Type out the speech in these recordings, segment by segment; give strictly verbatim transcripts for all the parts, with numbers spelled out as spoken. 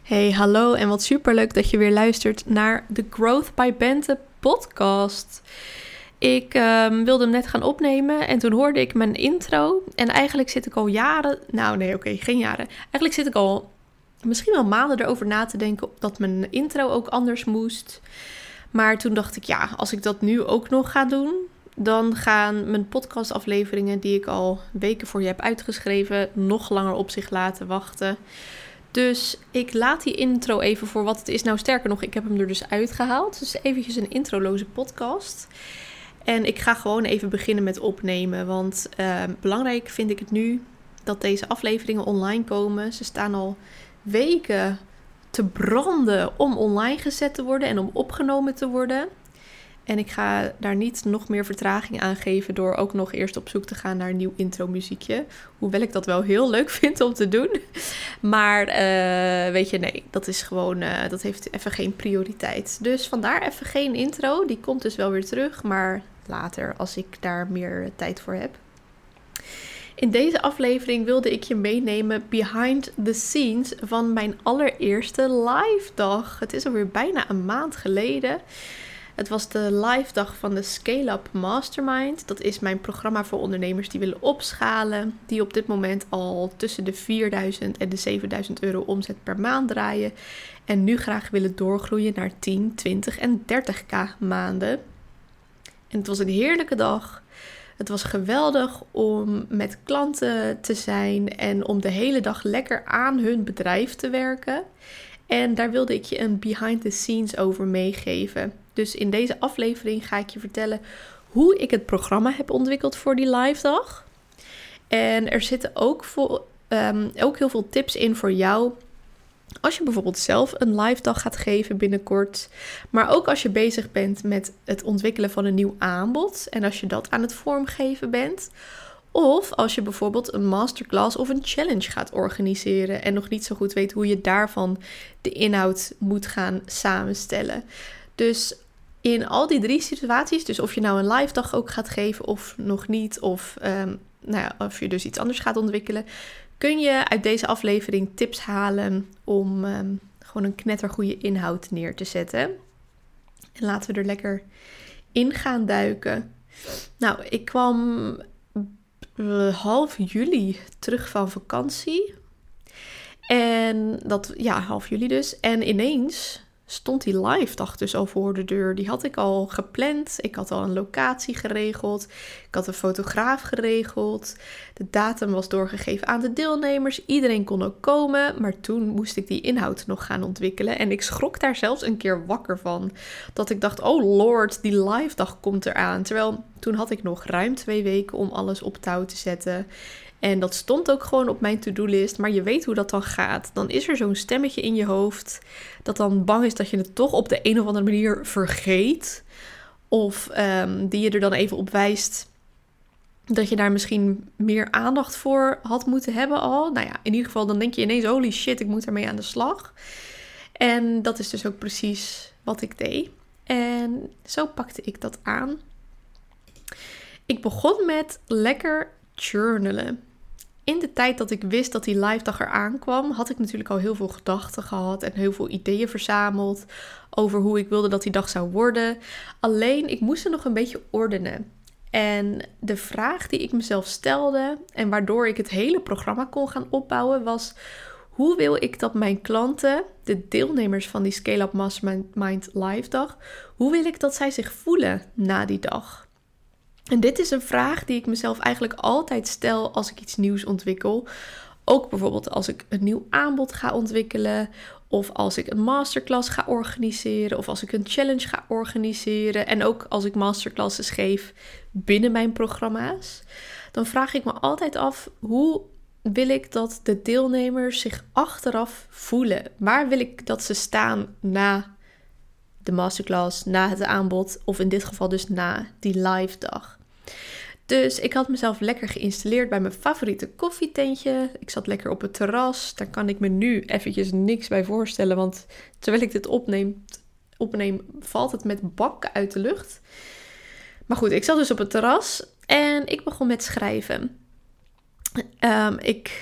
Hey, hallo en wat superleuk dat je weer luistert naar de Growth by Bente podcast. Ik um, wilde hem net gaan opnemen en toen hoorde ik mijn intro. En eigenlijk zit ik al jaren, nou nee oké, okay, geen jaren. Eigenlijk zit ik al misschien wel maanden erover na te denken dat mijn intro ook anders moest. Maar toen dacht ik, ja, als ik dat nu ook nog ga doen, dan gaan mijn podcastafleveringen die ik al weken voor je heb uitgeschreven nog langer op zich laten wachten. Dus ik laat die intro even voor wat het is. Nou, sterker nog, ik heb hem er dus uitgehaald. Dus eventjes een introloze podcast. En ik ga gewoon even beginnen met opnemen. Want uh, belangrijk vind ik het nu dat deze afleveringen online komen. Ze staan al weken te branden om online gezet te worden en om opgenomen te worden. En ik ga daar niet nog meer vertraging aan geven door ook nog eerst op zoek te gaan naar een nieuw intro muziekje. Hoewel ik dat wel heel leuk vind om te doen. Maar uh, weet je, nee, dat is gewoon, uh, dat heeft even geen prioriteit. Dus vandaar even geen intro. Die komt dus wel weer terug, maar later als ik daar meer tijd voor heb. In deze aflevering wilde ik je meenemen behind the scenes van mijn allereerste live dag. Het is alweer bijna een maand geleden. Het was de live dag van de Scale Up Mastermind. Dat is mijn programma voor ondernemers die willen opschalen. Die op dit moment al tussen de vierduizend en de zevenduizend euro omzet per maand draaien. En nu graag willen doorgroeien naar tien, twintig en dertig k maanden. En het was een heerlijke dag. Het was geweldig om met klanten te zijn en om de hele dag lekker aan hun bedrijf te werken. En daar wilde ik je een behind the scenes over meegeven. Dus in deze aflevering ga ik je vertellen hoe ik het programma heb ontwikkeld voor die live dag. En er zitten ook, voor, um, ook heel veel tips in voor jou. Als je bijvoorbeeld zelf een live dag gaat geven binnenkort. Maar ook als je bezig bent met het ontwikkelen van een nieuw aanbod. En als je dat aan het vormgeven bent. Of als je bijvoorbeeld een masterclass of een challenge gaat organiseren. En nog niet zo goed weet hoe je daarvan de inhoud moet gaan samenstellen. Dus in al die drie situaties, dus of je nou een live dag ook gaat geven of nog niet. Of um, nou ja, of je dus iets anders gaat ontwikkelen. Kun je uit deze aflevering tips halen om um, gewoon een knettergoeie inhoud neer te zetten. En laten we er lekker in gaan duiken. Nou, ik kwam uh, half juli terug van vakantie. En dat, ja, half juli dus. En ineens stond die live dag dus al voor de deur. Die had ik al gepland. Ik had al een locatie geregeld. Ik had een fotograaf geregeld. De datum was doorgegeven aan de deelnemers. Iedereen kon ook komen. Maar toen moest ik die inhoud nog gaan ontwikkelen. En ik schrok daar zelfs een keer wakker van. Dat ik dacht, oh lord, die live dag komt eraan. Terwijl toen had ik nog ruim twee weken om alles op touw te zetten. En dat stond ook gewoon op mijn to-do-list. Maar je weet hoe dat dan gaat. Dan is er zo'n stemmetje in je hoofd dat dan bang is dat je het toch op de een of andere manier vergeet. Of um, die je er dan even op wijst dat je daar misschien meer aandacht voor had moeten hebben al. Nou ja, in ieder geval dan denk je ineens, holy shit, ik moet ermee aan de slag. En dat is dus ook precies wat ik deed. En zo pakte ik dat aan. Ik begon met lekker journalen. In de tijd dat ik wist dat die live dag eraan kwam, had ik natuurlijk al heel veel gedachten gehad en heel veel ideeën verzameld over hoe ik wilde dat die dag zou worden. Alleen, ik moest er nog een beetje ordenen. En de vraag die ik mezelf stelde en waardoor ik het hele programma kon gaan opbouwen was: hoe wil ik dat mijn klanten, de deelnemers van die Scale Up Mastermind live dag, hoe wil ik dat zij zich voelen na die dag? En dit is een vraag die ik mezelf eigenlijk altijd stel als ik iets nieuws ontwikkel. Ook bijvoorbeeld als ik een nieuw aanbod ga ontwikkelen. Of als ik een masterclass ga organiseren. Of als ik een challenge ga organiseren. En ook als ik masterclasses geef binnen mijn programma's. Dan vraag ik me altijd af, hoe wil ik dat de deelnemers zich achteraf voelen? Waar wil ik dat ze staan na de masterclass, na het aanbod? Of in dit geval dus na die live dag. Dus ik had mezelf lekker geïnstalleerd bij mijn favoriete koffietentje. Ik zat lekker op het terras. Daar kan ik me nu eventjes niks bij voorstellen. Want terwijl ik dit opneem, opneem valt het met bakken uit de lucht. Maar goed, ik zat dus op het terras en ik begon met schrijven. Um, ik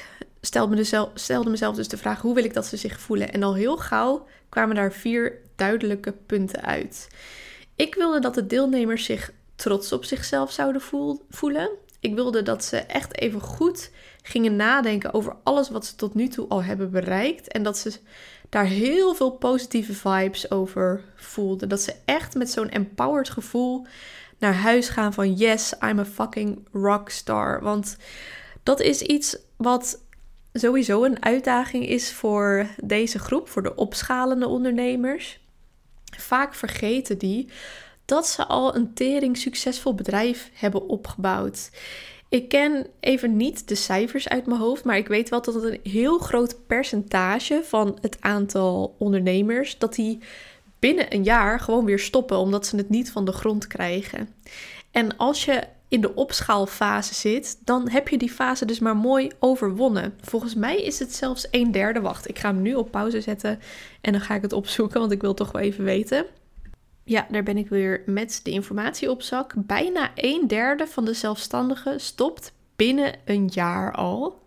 stelde, me dus, stelde mezelf dus de vraag, hoe wil ik dat ze zich voelen? En al heel gauw kwamen daar vier duidelijke punten uit. Ik wilde dat de deelnemers zich trots op zichzelf zouden voel, voelen. Ik wilde dat ze echt even goed gingen nadenken over alles wat ze tot nu toe al hebben bereikt. En dat ze daar heel veel positieve vibes over voelden. Dat ze echt met zo'n empowered gevoel naar huis gaan van yes, I'm a fucking rockstar. Want dat is iets wat sowieso een uitdaging is voor deze groep, voor de opschalende ondernemers. Vaak vergeten die dat ze al een tering succesvol bedrijf hebben opgebouwd. Ik ken even niet de cijfers uit mijn hoofd, maar ik weet wel dat een heel groot percentage van het aantal ondernemers, dat die binnen een jaar gewoon weer stoppen, omdat ze het niet van de grond krijgen. En als je in de opschaalfase zit, dan heb je die fase dus maar mooi overwonnen. Volgens mij is het zelfs een derde. Wacht, ik ga hem nu op pauze zetten en dan ga ik het opzoeken, want ik wil het toch wel even weten. Ja, daar ben ik weer met de informatie op zak. Bijna een derde van de zelfstandigen stopt binnen een jaar al.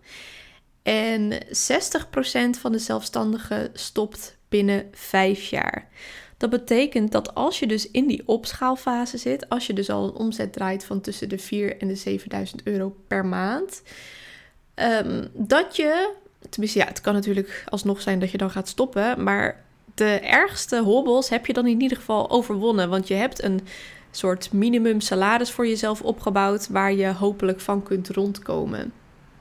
En zestig procent van de zelfstandigen stopt binnen vijf jaar. Dat betekent dat als je dus in die opschaalfase zit, als je dus al een omzet draait van tussen de vierduizend en de zevenduizend euro per maand, um, dat je, tenminste ja, het kan natuurlijk alsnog zijn dat je dan gaat stoppen, maar de ergste hobbels heb je dan in ieder geval overwonnen, want je hebt een soort minimum salaris voor jezelf opgebouwd waar je hopelijk van kunt rondkomen.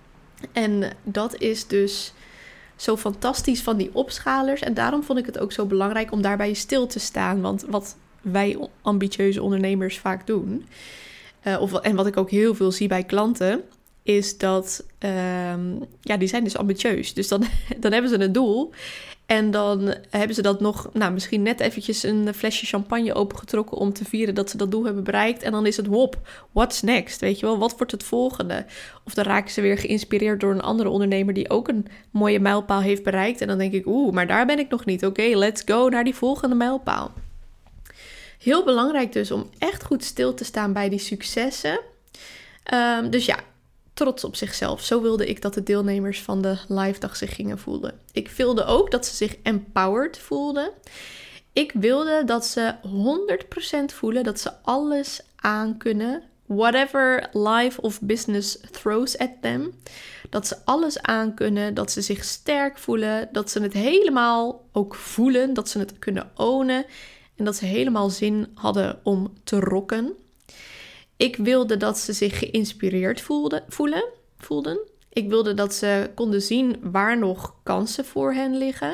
En dat is dus zo fantastisch van die opschalers. En daarom vond ik het ook zo belangrijk om daarbij stil te staan. Want wat wij ambitieuze ondernemers vaak doen, uh, of, en wat ik ook heel veel zie bij klanten, is dat um, ja, die zijn dus ambitieus. Dus dan, dan hebben ze een doel. En dan hebben ze dat nog, nou, misschien net eventjes een flesje champagne opengetrokken om te vieren dat ze dat doel hebben bereikt. En dan is het hop, what's next? Weet je wel, wat wordt het volgende? Of dan raken ze weer geïnspireerd door een andere ondernemer die ook een mooie mijlpaal heeft bereikt. En dan denk ik, oeh, maar daar ben ik nog niet. Oké, okay, let's go naar die volgende mijlpaal. Heel belangrijk dus om echt goed stil te staan bij die successen. Um, dus ja, trots op zichzelf. Zo wilde ik dat de deelnemers van de live dag zich gingen voelen. Ik wilde ook dat ze zich empowered voelden. Ik wilde dat ze honderd procent voelen dat ze alles aan kunnen. Whatever life of business throws at them. Dat ze alles aan kunnen. Dat ze zich sterk voelen. Dat ze het helemaal ook voelen. Dat ze het kunnen ownen. En dat ze helemaal zin hadden om te rocken. Ik wilde dat ze zich geïnspireerd voelden, voelen, voelden. Ik wilde dat ze konden zien waar nog kansen voor hen liggen.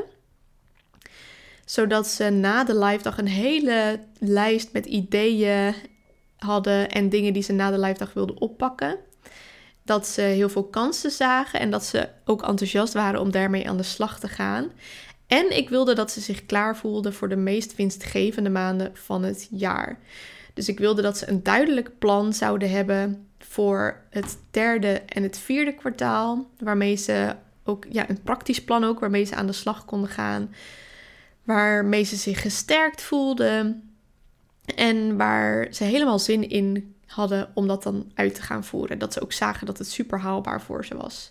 Zodat ze na de live dag een hele lijst met ideeën hadden en dingen die ze na de live dag wilden oppakken. Dat ze heel veel kansen zagen en dat ze ook enthousiast waren om daarmee aan de slag te gaan. En ik wilde dat ze zich klaar voelden voor de meest winstgevende maanden van het jaar. Dus ik wilde dat ze een duidelijk plan zouden hebben voor het derde en het vierde kwartaal. Waarmee ze ook, ja, een praktisch plan ook, waarmee ze aan de slag konden gaan. Waarmee ze zich gesterkt voelden. En waar ze helemaal zin in hadden om dat dan uit te gaan voeren. Dat ze ook zagen dat het super haalbaar voor ze was.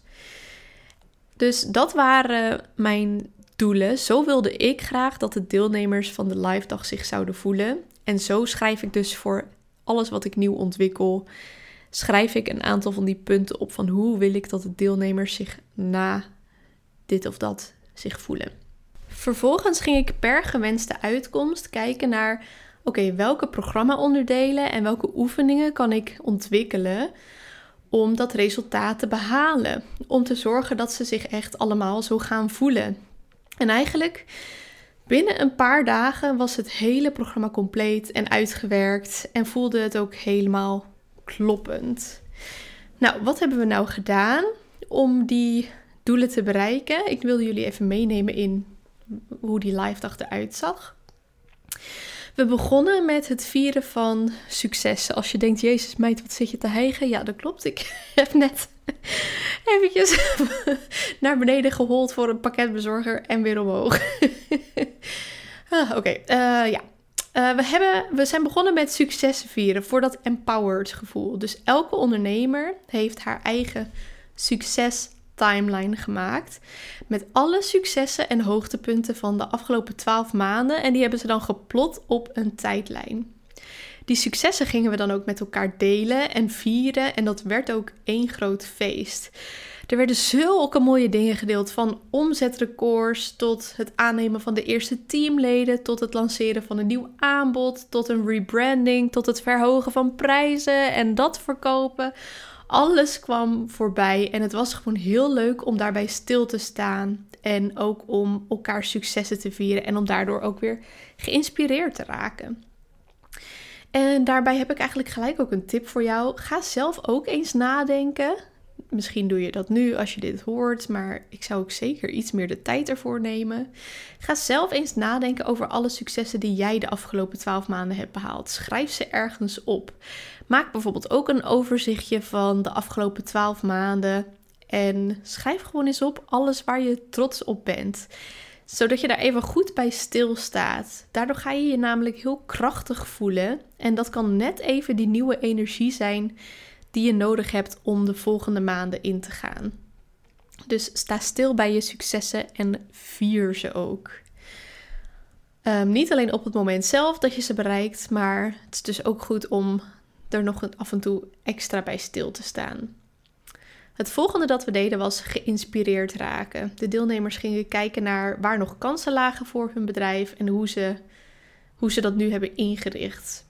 Dus dat waren mijn doelen. Zo wilde ik graag dat de deelnemers van de live dag zich zouden voelen. En zo schrijf ik dus voor alles wat ik nieuw ontwikkel, schrijf ik een aantal van die punten op van hoe wil ik dat de deelnemers zich na dit of dat zich voelen. Vervolgens ging ik per gewenste uitkomst kijken naar, oké, okay, welke programma-onderdelen en welke oefeningen kan ik ontwikkelen om dat resultaat te behalen. Om te zorgen dat ze zich echt allemaal zo gaan voelen. En eigenlijk binnen een paar dagen was het hele programma compleet en uitgewerkt en voelde het ook helemaal kloppend. Nou, wat hebben we nou gedaan om die doelen te bereiken? Ik wilde jullie even meenemen in hoe die live dag eruit zag. We begonnen met het vieren van successen. Als je denkt, jezus meid, wat zit je te hijgen? Ja, dat klopt. Ik heb net eventjes naar beneden gehold voor een pakketbezorger en weer omhoog. ah, Oké, okay. uh, ja. Uh, we, hebben, we zijn begonnen met successen vieren voor dat empowered gevoel. Dus elke ondernemer heeft haar eigen succes timeline gemaakt met alle successen en hoogtepunten van de afgelopen twaalf maanden. En die hebben ze dan geplot op een tijdlijn. Die successen gingen we dan ook met elkaar delen en vieren en dat werd ook één groot feest. Er werden zulke mooie dingen gedeeld, van omzetrecords tot het aannemen van de eerste teamleden, tot het lanceren van een nieuw aanbod, tot een rebranding, tot het verhogen van prijzen en dat verkopen. Alles kwam voorbij en het was gewoon heel leuk om daarbij stil te staan en ook om elkaar successen te vieren en om daardoor ook weer geïnspireerd te raken. En daarbij heb ik eigenlijk gelijk ook een tip voor jou. Ga zelf ook eens nadenken. Misschien doe je dat nu als je dit hoort, maar ik zou ook zeker iets meer de tijd ervoor nemen. Ga zelf eens nadenken over alle successen die jij de afgelopen twaalf maanden hebt behaald. Schrijf ze ergens op. Maak bijvoorbeeld ook een overzichtje van de afgelopen twaalf maanden en schrijf gewoon eens op alles waar je trots op bent. Zodat je daar even goed bij stilstaat. Daardoor ga je je namelijk heel krachtig voelen en dat kan net even die nieuwe energie zijn die je nodig hebt om de volgende maanden in te gaan. Dus sta stil bij je successen en vier ze ook. Um, niet alleen op het moment zelf dat je ze bereikt, maar het is dus ook goed om er nog af en toe extra bij stil te staan. Het volgende dat we deden was geïnspireerd raken. De deelnemers gingen kijken naar waar nog kansen lagen voor hun bedrijf en hoe ze, hoe ze dat nu hebben ingericht.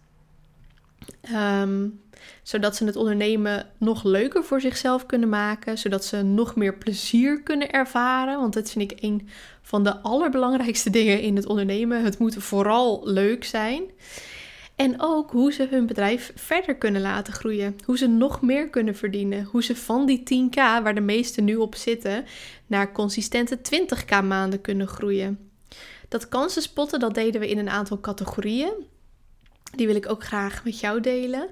Um, zodat ze het ondernemen nog leuker voor zichzelf kunnen maken. Zodat ze nog meer plezier kunnen ervaren. Want dat vind ik een van de allerbelangrijkste dingen in het ondernemen. Het moet vooral leuk zijn. En ook hoe ze hun bedrijf verder kunnen laten groeien. Hoe ze nog meer kunnen verdienen. Hoe ze van die tien k, waar de meesten nu op zitten, naar consistente twintig k maanden kunnen groeien. Dat kansen spotten, dat deden we in een aantal categorieën. Die wil ik ook graag met jou delen.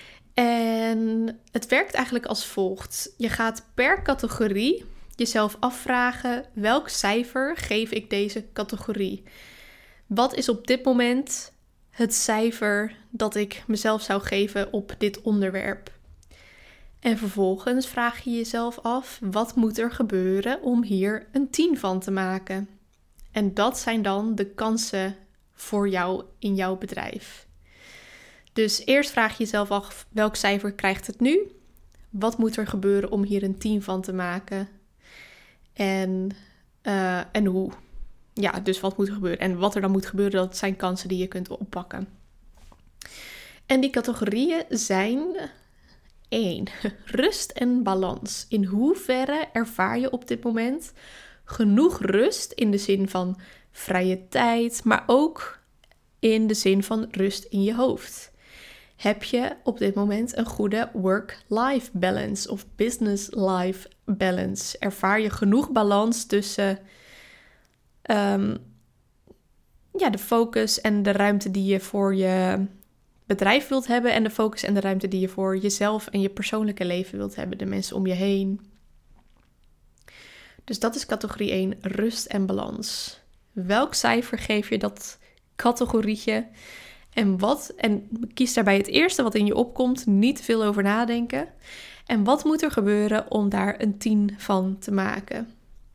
En het werkt eigenlijk als volgt. Je gaat per categorie jezelf afvragen: welk cijfer geef ik deze categorie? Wat is op dit moment het cijfer dat ik mezelf zou geven op dit onderwerp? En vervolgens vraag je jezelf af: wat moet er gebeuren om hier een tien van te maken? En dat zijn dan de kansen voor jou in jouw bedrijf. Dus eerst vraag je jezelf af: welk cijfer krijgt het nu? Wat moet er gebeuren om hier een tien van te maken? En, uh, en hoe? Ja, dus wat moet er gebeuren? En wat er dan moet gebeuren, dat zijn kansen die je kunt oppakken. En die categorieën zijn één. Rust en balans. In hoeverre ervaar je op dit moment genoeg rust in de zin van vrije tijd, maar ook in de zin van rust in je hoofd? Heb je op dit moment een goede work-life balance of business-life balance? Ervaar je genoeg balans tussen um, ja, de focus en de ruimte die je voor je bedrijf wilt hebben en de focus en de ruimte die je voor jezelf en je persoonlijke leven wilt hebben, de mensen om je heen? Dus dat is categorie één, rust en balans. Welk cijfer geef je dat categorietje? En wat, en kies daarbij het eerste wat in je opkomt, niet te veel over nadenken. En wat moet er gebeuren om daar een tien van te maken?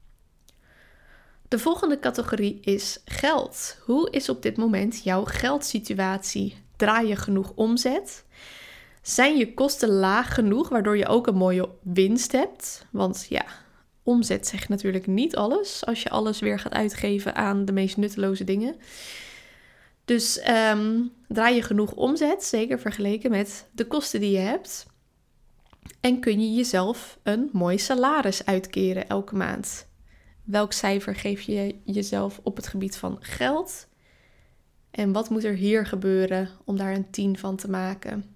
De volgende categorie is geld. Hoe is op dit moment jouw geldsituatie? Draai je genoeg omzet? Zijn je kosten laag genoeg, waardoor je ook een mooie winst hebt? Want ja, omzet zegt natuurlijk niet alles als je alles weer gaat uitgeven aan de meest nutteloze dingen. Dus um, draai je genoeg omzet, zeker vergeleken met de kosten die je hebt. En kun je jezelf een mooi salaris uitkeren elke maand. Welk cijfer geef je jezelf op het gebied van geld? En wat moet er hier gebeuren om daar een tien van te maken?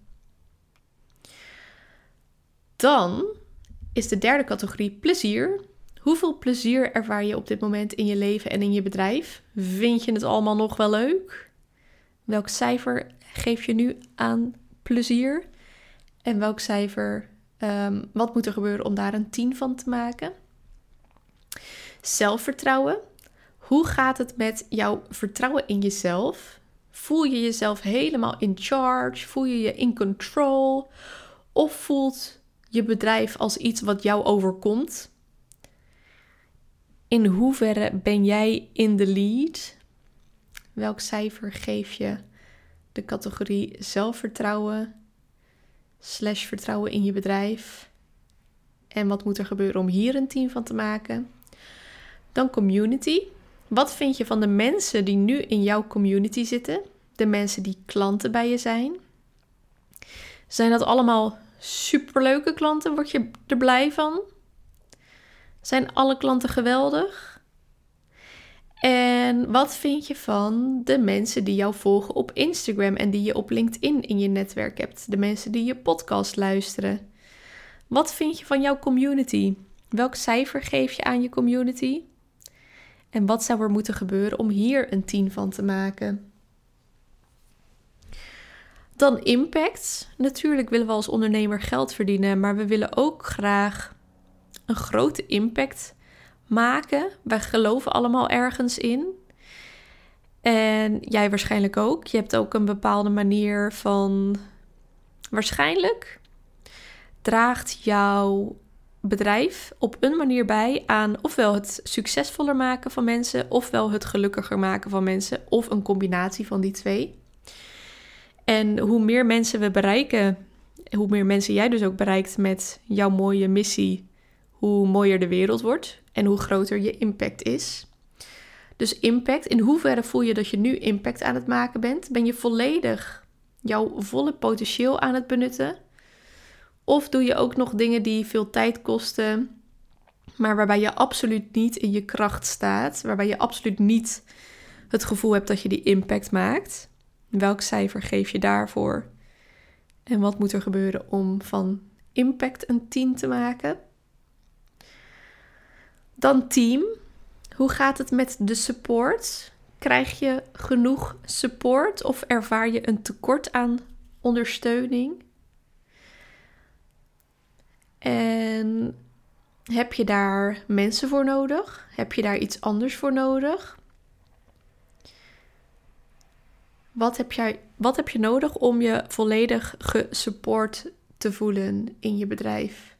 Dan is de derde categorie plezier. Hoeveel plezier ervaar je op dit moment in je leven en in je bedrijf? Vind je het allemaal nog wel leuk? Welk cijfer geef je nu aan plezier? En welk cijfer, um, wat moet er gebeuren om daar een tien van te maken? Zelfvertrouwen. Hoe gaat het met jouw vertrouwen in jezelf? Voel je jezelf helemaal in charge? Voel je je in control? Of voelt je bedrijf als iets wat jou overkomt? In hoeverre ben jij in de lead? Welk cijfer geef je de categorie zelfvertrouwen slash vertrouwen in je bedrijf? En wat moet er gebeuren om hier een team van te maken? Dan community. Wat vind je van de mensen die nu in jouw community zitten? De mensen die klanten bij je zijn? Zijn dat allemaal superleuke klanten? Word je er blij van? Zijn alle klanten geweldig? En wat vind je van de mensen die jou volgen op Instagram en die je op LinkedIn in je netwerk hebt? De mensen die je podcast luisteren. Wat vind je van jouw community? Welk cijfer geef je aan je community? En wat zou er moeten gebeuren om hier een tien van te maken? Dan impact. Natuurlijk willen we als ondernemer geld verdienen, maar we willen ook graag een grote impact maken. Wij geloven allemaal ergens in. En jij waarschijnlijk ook. Je hebt ook een bepaalde manier van... Waarschijnlijk draagt jouw bedrijf op een manier bij aan ofwel het succesvoller maken van mensen, ofwel het gelukkiger maken van mensen, of een combinatie van die twee. En hoe meer mensen we bereiken, hoe meer mensen jij dus ook bereikt met jouw mooie missie, hoe mooier de wereld wordt en hoe groter je impact is. Dus impact, in hoeverre voel je dat je nu impact aan het maken bent? Ben je volledig jouw volle potentieel aan het benutten? Of doe je ook nog dingen die veel tijd kosten, maar waarbij je absoluut niet in je kracht staat, waarbij je absoluut niet het gevoel hebt dat je die impact maakt? Welk cijfer geef je daarvoor? En wat moet er gebeuren om van impact een tien te maken? Dan team. Hoe gaat het met de support? Krijg je genoeg support of ervaar je een tekort aan ondersteuning? En heb je daar mensen voor nodig? Heb je daar iets anders voor nodig? Wat heb jij, wat heb je nodig om je volledig gesupport te voelen in je bedrijf?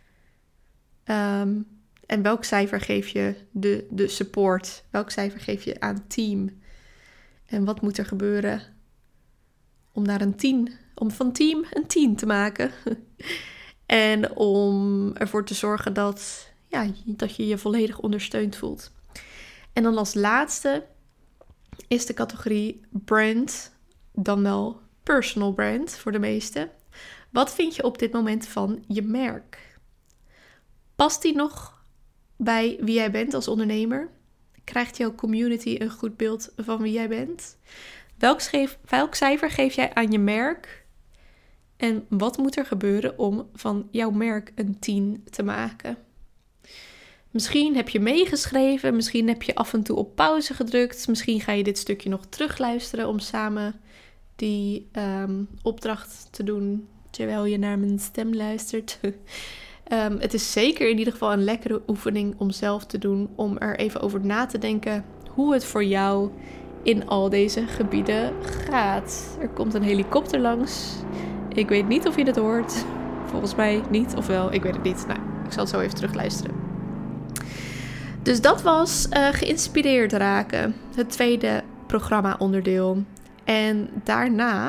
Um, en welk cijfer geef je de, de support? Welk cijfer geef je aan team? En wat moet er gebeuren om naar een tien, om van team een tien te maken? En om ervoor te zorgen dat, ja, dat je je volledig ondersteund voelt. En dan als laatste is de categorie brand, dan wel personal brand voor de meesten. Wat vind je op dit moment van je merk? Past die nog bij wie jij bent als ondernemer? Krijgt jouw community een goed beeld van wie jij bent? Welk, schreef, welk cijfer geef jij aan je merk? En wat moet er gebeuren om van jouw merk een tien te maken? Misschien heb je meegeschreven, misschien heb je af en toe op pauze gedrukt. Misschien ga je dit stukje nog terugluisteren om samen die um, opdracht te doen terwijl je naar mijn stem luistert. um, het is zeker in ieder geval een lekkere oefening om zelf te doen, om er even over na te denken hoe het voor jou in al deze gebieden gaat. Er komt een helikopter langs. Ik weet niet of je het hoort. Volgens mij niet, of wel, ik weet het niet. Nou, ik zal het zo even terugluisteren. Dus dat was uh, geïnspireerd raken. Het tweede programma-onderdeel. En daarna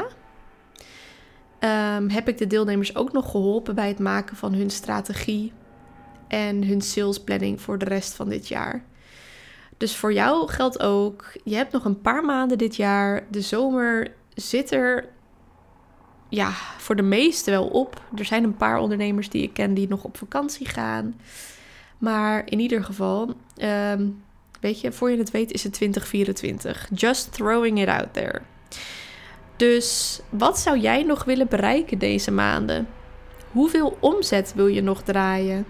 um, heb ik de deelnemers ook nog geholpen bij het maken van hun strategie en hun salesplanning voor de rest van dit jaar. Dus voor jou geldt ook, je hebt nog een paar maanden dit jaar. De zomer zit er ja, voor de meesten wel op. Er zijn een paar ondernemers die ik ken die nog op vakantie gaan. Maar in ieder geval, um, weet je, voor je het weet is het twintig vierentwintig. Just throwing it out there. Dus wat zou jij nog willen bereiken deze maanden? Hoeveel omzet wil je nog draaien?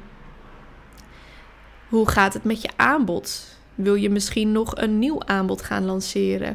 Hoe gaat het met je aanbod? Wil je misschien nog een nieuw aanbod gaan lanceren?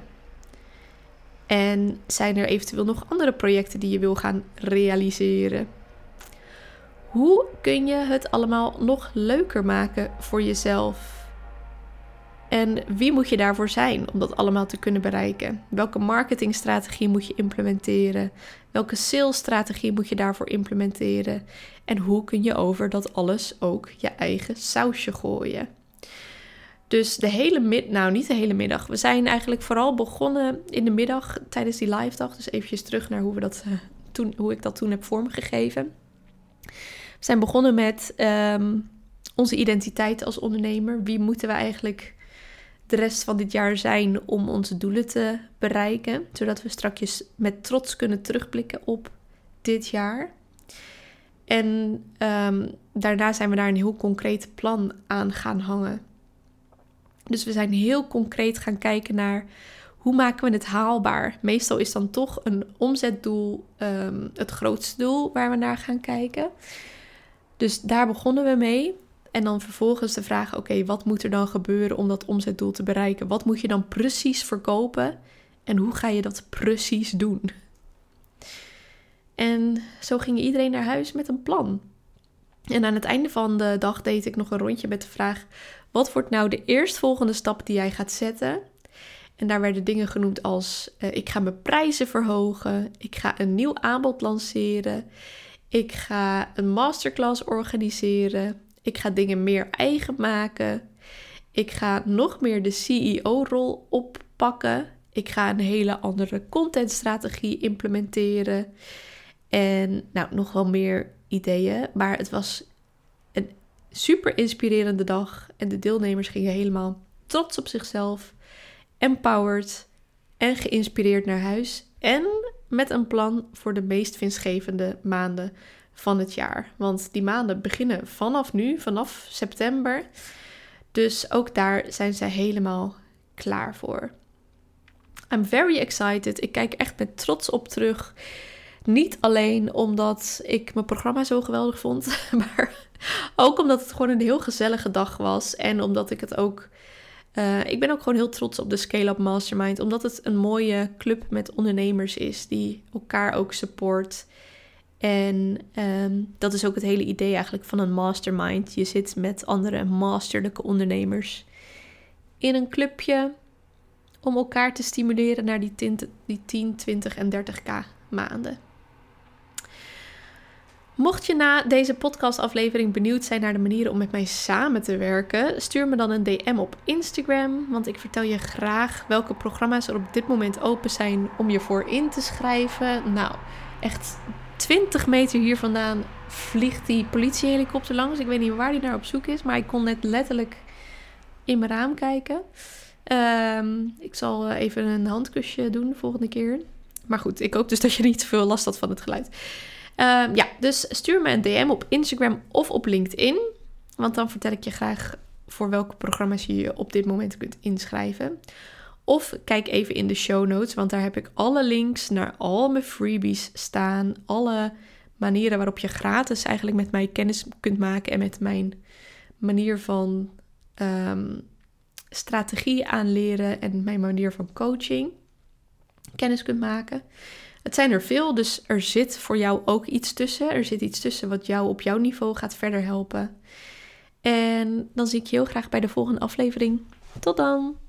En zijn er eventueel nog andere projecten die je wil gaan realiseren? Hoe kun je het allemaal nog leuker maken voor jezelf? En wie moet je daarvoor zijn om dat allemaal te kunnen bereiken? Welke marketingstrategie moet je implementeren? Welke salesstrategie moet je daarvoor implementeren? En hoe kun je over dat alles ook je eigen sausje gooien? Dus de hele middag, nou niet de hele middag. We zijn eigenlijk vooral begonnen in de middag tijdens die live dag. Dus eventjes terug naar hoe, we dat, uh, toen, hoe ik dat toen heb vormgegeven. We zijn begonnen met um, onze identiteit als ondernemer. Wie moeten we eigenlijk de rest van dit jaar zijn om onze doelen te bereiken? Zodat we straks met trots kunnen terugblikken op dit jaar. En um, daarna zijn we daar een heel concreet plan aan gaan hangen. Dus we zijn heel concreet gaan kijken naar hoe maken we het haalbaar. Meestal is dan toch een omzetdoel um, het grootste doel waar we naar gaan kijken. Dus daar begonnen we mee. En dan vervolgens de vraag, oké, okay, wat moet er dan gebeuren om dat omzetdoel te bereiken? Wat moet je dan precies verkopen? En hoe ga je dat precies doen? En zo ging iedereen naar huis met een plan. En aan het einde van de dag deed ik nog een rondje met de vraag, wat wordt nou de eerstvolgende stap die jij gaat zetten? En daar werden dingen genoemd als, uh, ik ga mijn prijzen verhogen, ik ga een nieuw aanbod lanceren, ik ga een masterclass organiseren, ik ga dingen meer eigen maken, ik ga nog meer de C E O-rol oppakken, ik ga een hele andere contentstrategie implementeren en nou, nog wel meer ideeën. Maar het was een super inspirerende dag en de deelnemers gingen helemaal trots op zichzelf, empowered en geïnspireerd naar huis. En met een plan voor de meest winstgevende maanden van het jaar. Want die maanden beginnen vanaf nu, vanaf september. Dus ook daar zijn zij helemaal klaar voor. I'm very excited. Ik kijk echt met trots op terug. Niet alleen omdat ik mijn programma zo geweldig vond, maar ook omdat het gewoon een heel gezellige dag was. En omdat ik het ook... Uh, ik ben ook gewoon heel trots op de Scale Up Mastermind, omdat het een mooie club met ondernemers is die elkaar ook support. En um, dat is ook het hele idee eigenlijk van een mastermind. Je zit met andere masterlijke ondernemers in een clubje om elkaar te stimuleren naar die, tint, die tien, twintig en dertig k maanden. Mocht je na deze podcastaflevering benieuwd zijn naar de manieren om met mij samen te werken, stuur me dan een D M op Instagram, want ik vertel je graag welke programma's er op dit moment open zijn om je voor in te schrijven. Nou, echt twintig meter hier vandaan vliegt die politiehelikopter langs. Ik weet niet waar die naar op zoek is, maar ik kon net letterlijk in mijn raam kijken. Um, ik zal even een handkusje doen de volgende keer. Maar goed, ik hoop dus dat je niet te veel last had van het geluid. Um, ja, dus stuur me een D M op Instagram of op LinkedIn. Want dan vertel ik je graag voor welke programma's je je op dit moment kunt inschrijven. Of kijk even in de show notes, want daar heb ik alle links naar al mijn freebies staan. Alle manieren waarop je gratis eigenlijk met mij kennis kunt maken en met mijn manier van um, strategie aanleren en mijn manier van coaching kennis kunt maken. Het zijn er veel, dus er zit voor jou ook iets tussen. Er zit iets tussen wat jou op jouw niveau gaat verder helpen. En dan zie ik je heel graag bij de volgende aflevering. Tot dan!